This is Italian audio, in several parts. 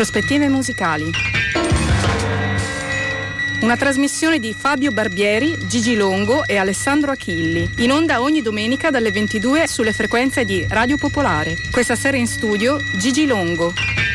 Prospettive musicali. Una trasmissione di Fabio Barbieri, Gigi Longo e Alessandro Achilli, in onda ogni domenica dalle 22 sulle frequenze di Radio Popolare. Questa sera in studio Gigi Longo.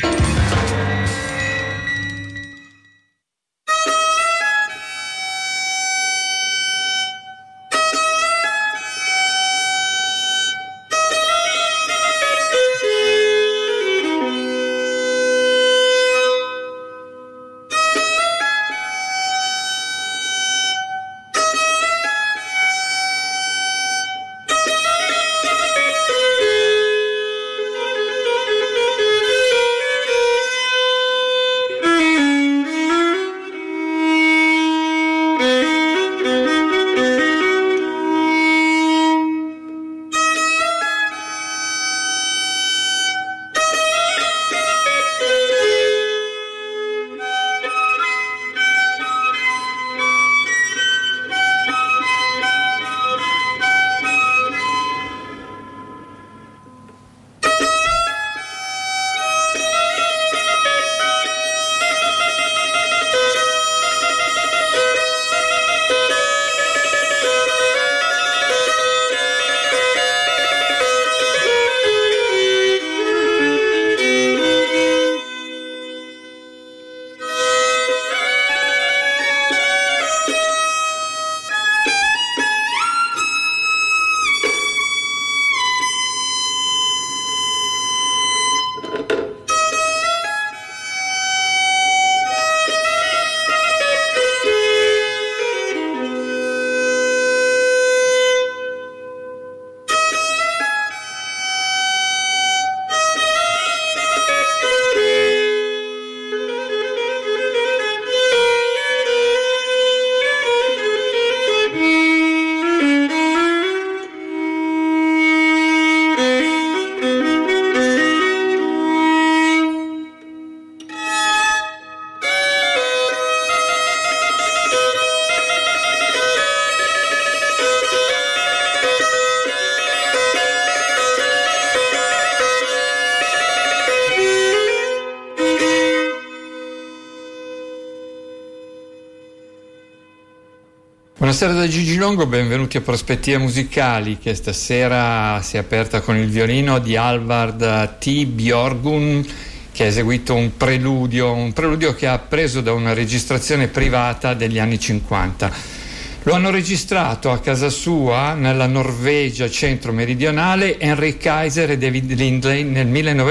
Buonasera da Gigi Longo, benvenuti a Prospettive Musicali, che stasera si è aperta con il violino di Halvard T. Björgun, che ha eseguito un preludio che ha preso da una registrazione privata degli anni 50. Lo hanno registrato a casa sua nella Norvegia centro-meridionale Henrik Kaiser e David Lindley nel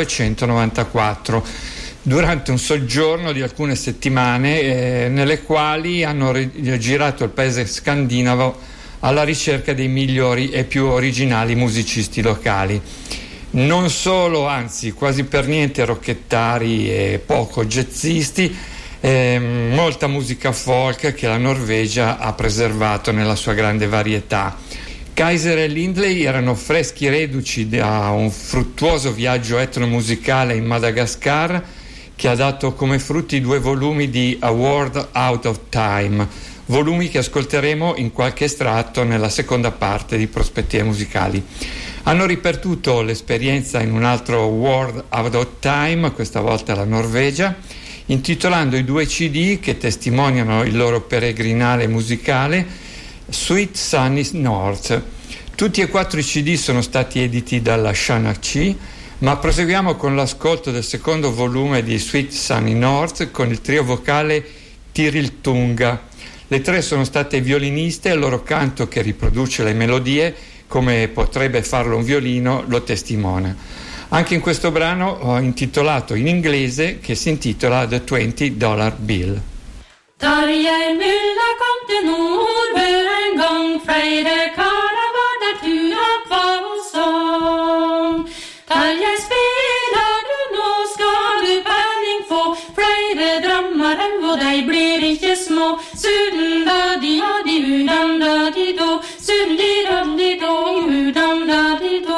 1994. Durante un soggiorno di alcune settimane nelle quali hanno girato il paese scandinavo alla ricerca dei migliori e più originali musicisti locali. Non solo, anzi quasi per niente rocchettari e poco jazzisti, molta musica folk che la Norvegia ha preservato nella sua grande varietà. Kaiser e Lindley erano freschi reduci da un fruttuoso viaggio etnomusicale in Madagascar, che ha dato come frutti 2 volumi di A World Out of Time, volumi che ascolteremo in qualche estratto nella seconda parte di Prospettive Musicali. Hanno ripetuto l'esperienza in un altro World Out of Time, questa volta la Norvegia, intitolando i 2 CD che testimoniano il loro peregrinale musicale Sweet Sunny North. Tutti e 4 i CD sono stati editi dalla Shanachi, ma proseguiamo con l'ascolto del secondo volume di Sweet Sunny North con il trio vocale Tiril Tunga. Le 3 sono state violiniste e il loro canto, che riproduce le melodie come potrebbe farlo un violino, lo testimonia. Anche in questo brano intitolato in inglese, che si intitola The $20 Bill. Tarjei mylla kom till Nordbø en gång, Freide karlar var där tura kvar hos sång. Tarjei spelar du nå, ska du penning få, Freide drömmar och dig blir inte små. Suden da di ja di udan da di do, suden di da di do, udan da di do.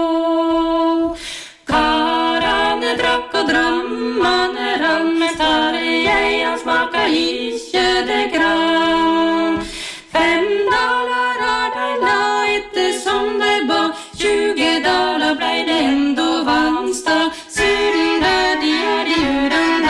Karane drakk og drammane rann, men Tarjei han smaka ikke det grann. $5 har de la ettersom de ba, $20 blei det ändå vansta. Suden da di ja di udan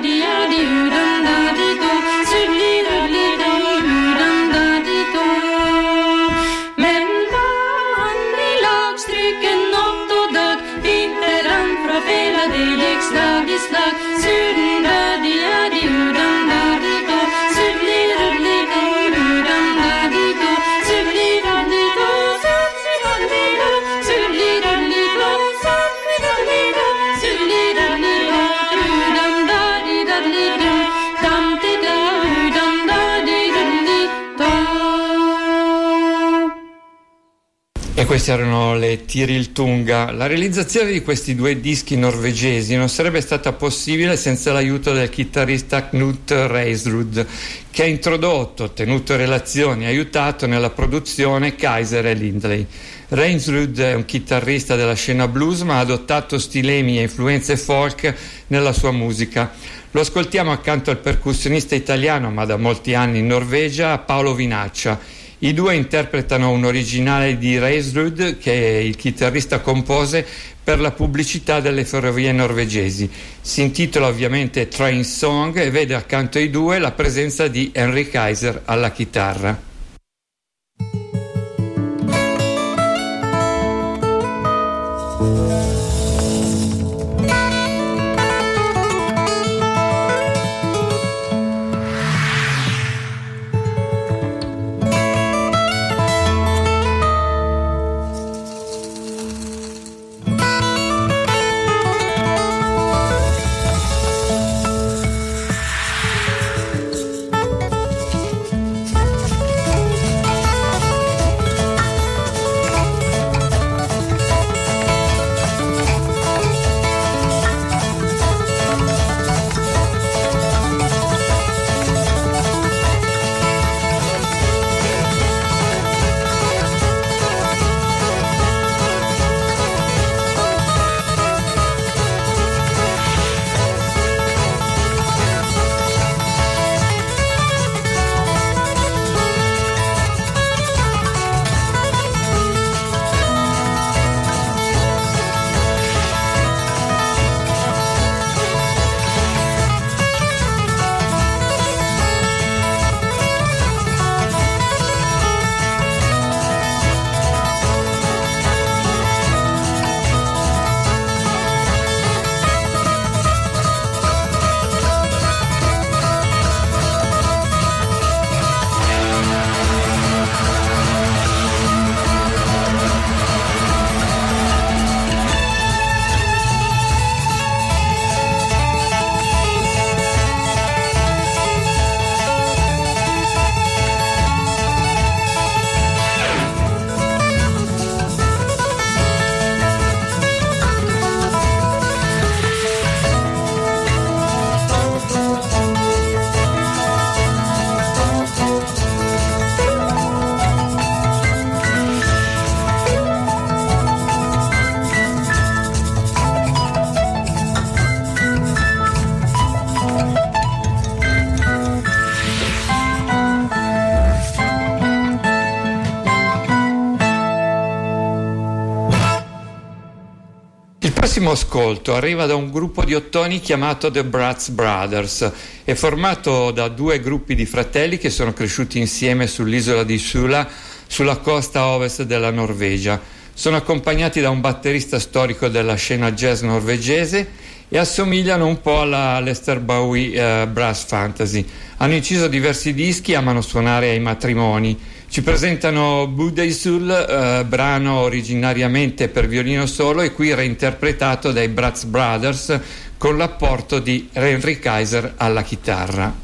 di u dum da di do, sudli dudli dum u dum da di do. Men vann i lagstryken natt och dag, vinteren fra fela det gikk slag i slag. Suden da di u dum da di do, sudli dudli dum u dum da di do, sudli dudli do, sudli dudli do, sudli dudli do, sudli dudli do, sudli dudli do, u dum da di dudli do, dum di da u dum da di dudli do. E questi erano le Tiriltunga. La realizzazione di questi due dischi norvegesi non sarebbe stata possibile senza l'aiuto del chitarrista Knut Reisrud, che ha introdotto, tenuto relazioni e aiutato nella produzione Kaiser e Lindley. Reisrud è un chitarrista della scena blues, ma ha adottato stilemi e influenze folk nella sua musica. Lo ascoltiamo accanto al percussionista italiano, ma da molti anni in Norvegia, Paolo Vinaccia. I due interpretano un originale di Reisrud che il chitarrista compose per la pubblicità delle ferrovie norvegesi. Si intitola ovviamente Train Song e vede accanto ai due la presenza di Henry Kaiser alla chitarra. Il prossimo ascolto arriva da un gruppo di ottoni chiamato The Bratz Brothers. È formato da due gruppi di fratelli che sono cresciuti insieme sull'isola di Sula, sulla costa ovest della Norvegia. Sono accompagnati da un batterista storico della scena jazz norvegese e assomigliano un po' alla Lester Bowie Brass Fantasy. Hanno inciso diversi dischi, amano suonare ai matrimoni. Ci presentano Budeisul, brano originariamente per violino solo e qui reinterpretato dai Bratz Brothers con l'apporto di Henry Kaiser alla chitarra.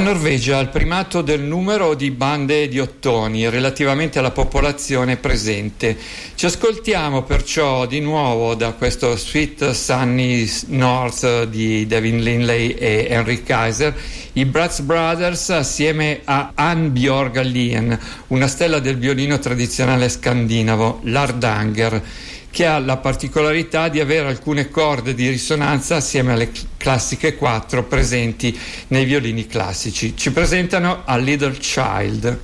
La Norvegia ha il primato del numero di bande di ottoni relativamente alla popolazione presente. Ci ascoltiamo perciò di nuovo da questo Sweet Sunny North di David Lindley e Henry Kaiser, i Bratz Brothers assieme a Anne Björg Lien, una stella del violino tradizionale scandinavo, l'Hardanger, che ha la particolarità di avere alcune corde di risonanza assieme alle classiche 4 presenti nei violini classici. Ci presentano A Little Child.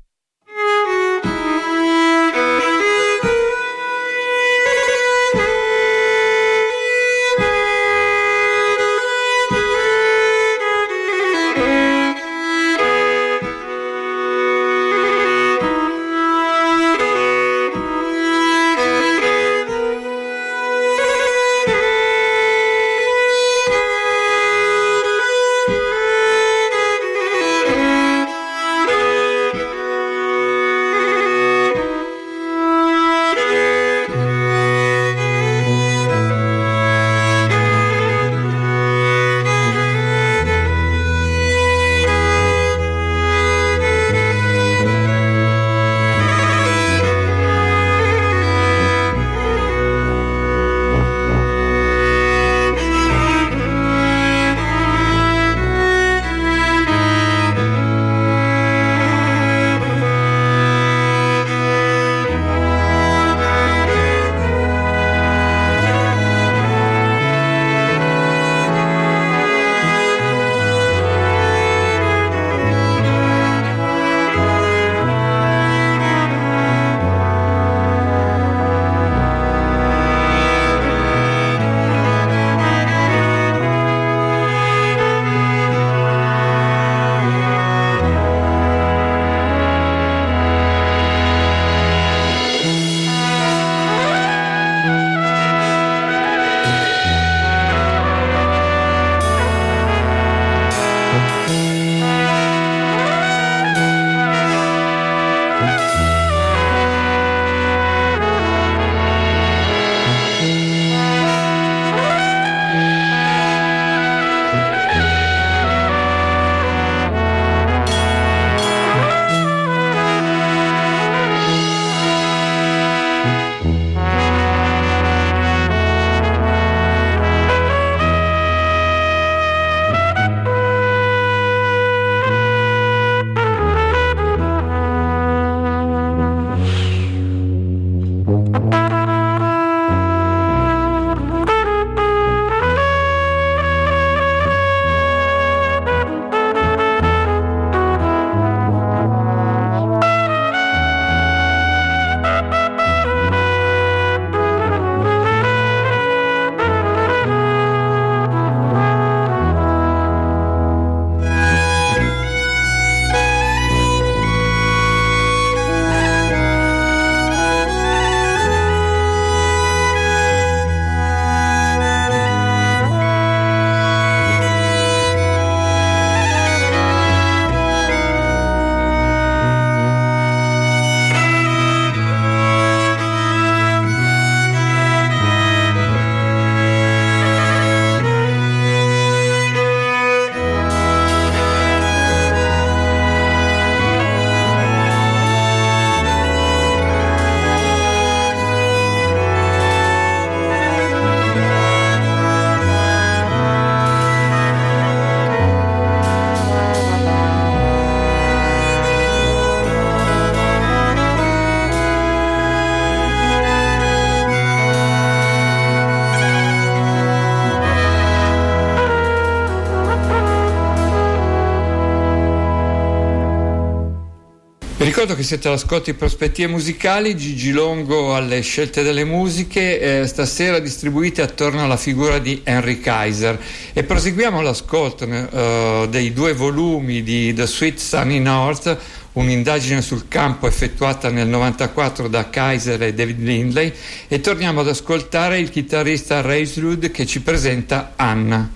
Ricordo che siete all'ascolto di Prospettive Musicali, Gigi Longo alle scelte delle musiche, stasera distribuite attorno alla figura di Henry Kaiser, e proseguiamo l'ascolto dei 2 volumi di The Sweet Sunny North, un'indagine sul campo effettuata nel 94 da Kaiser e David Lindley, e torniamo ad ascoltare il chitarrista Ray Slud che ci presenta Anna.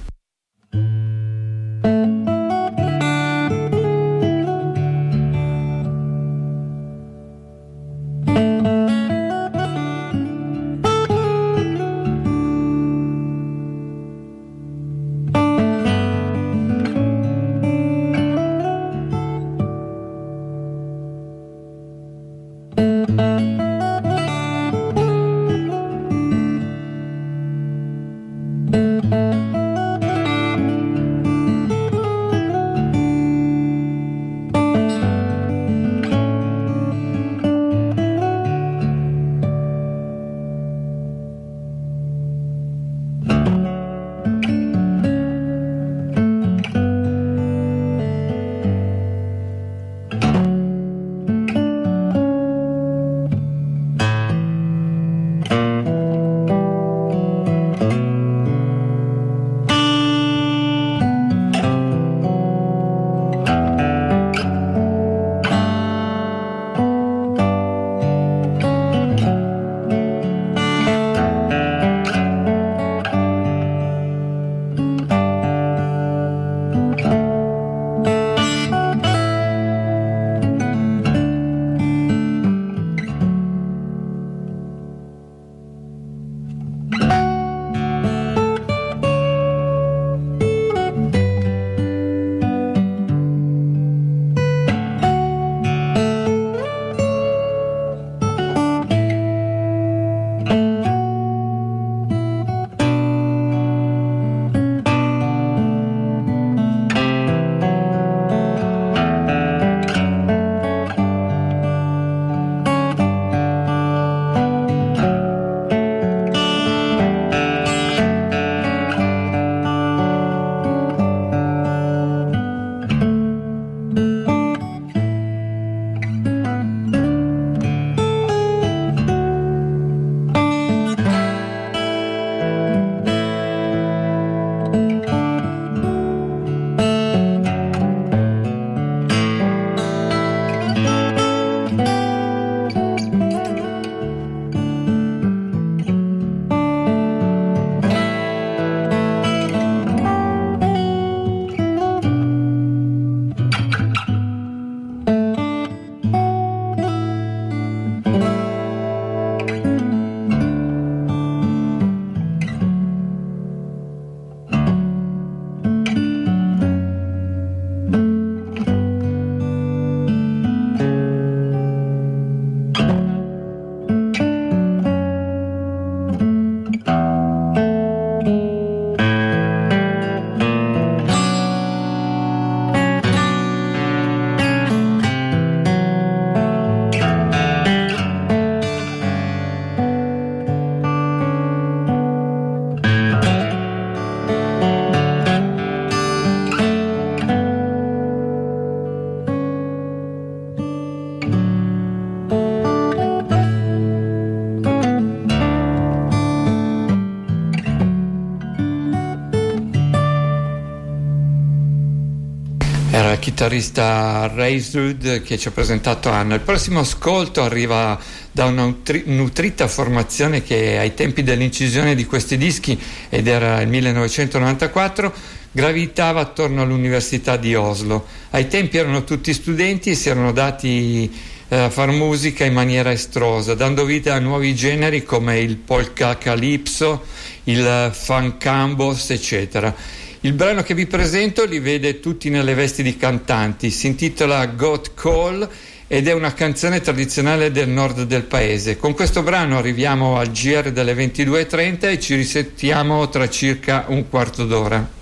chitarrista Razed che ci ha presentato Anna. Il prossimo ascolto arriva da una nutrita formazione che ai tempi dell'incisione di questi dischi, ed era il 1994, gravitava attorno all'Università di Oslo. Ai tempi erano tutti studenti e si erano dati a far musica in maniera estrosa, dando vita a nuovi generi come il polka calypso, il funk ambos, eccetera. Il brano che vi presento li vede tutti nelle vesti di cantanti, si intitola Got Call ed è una canzone tradizionale del nord del paese. Con questo brano arriviamo al GR delle 22:30 e ci risentiamo tra circa un quarto d'ora.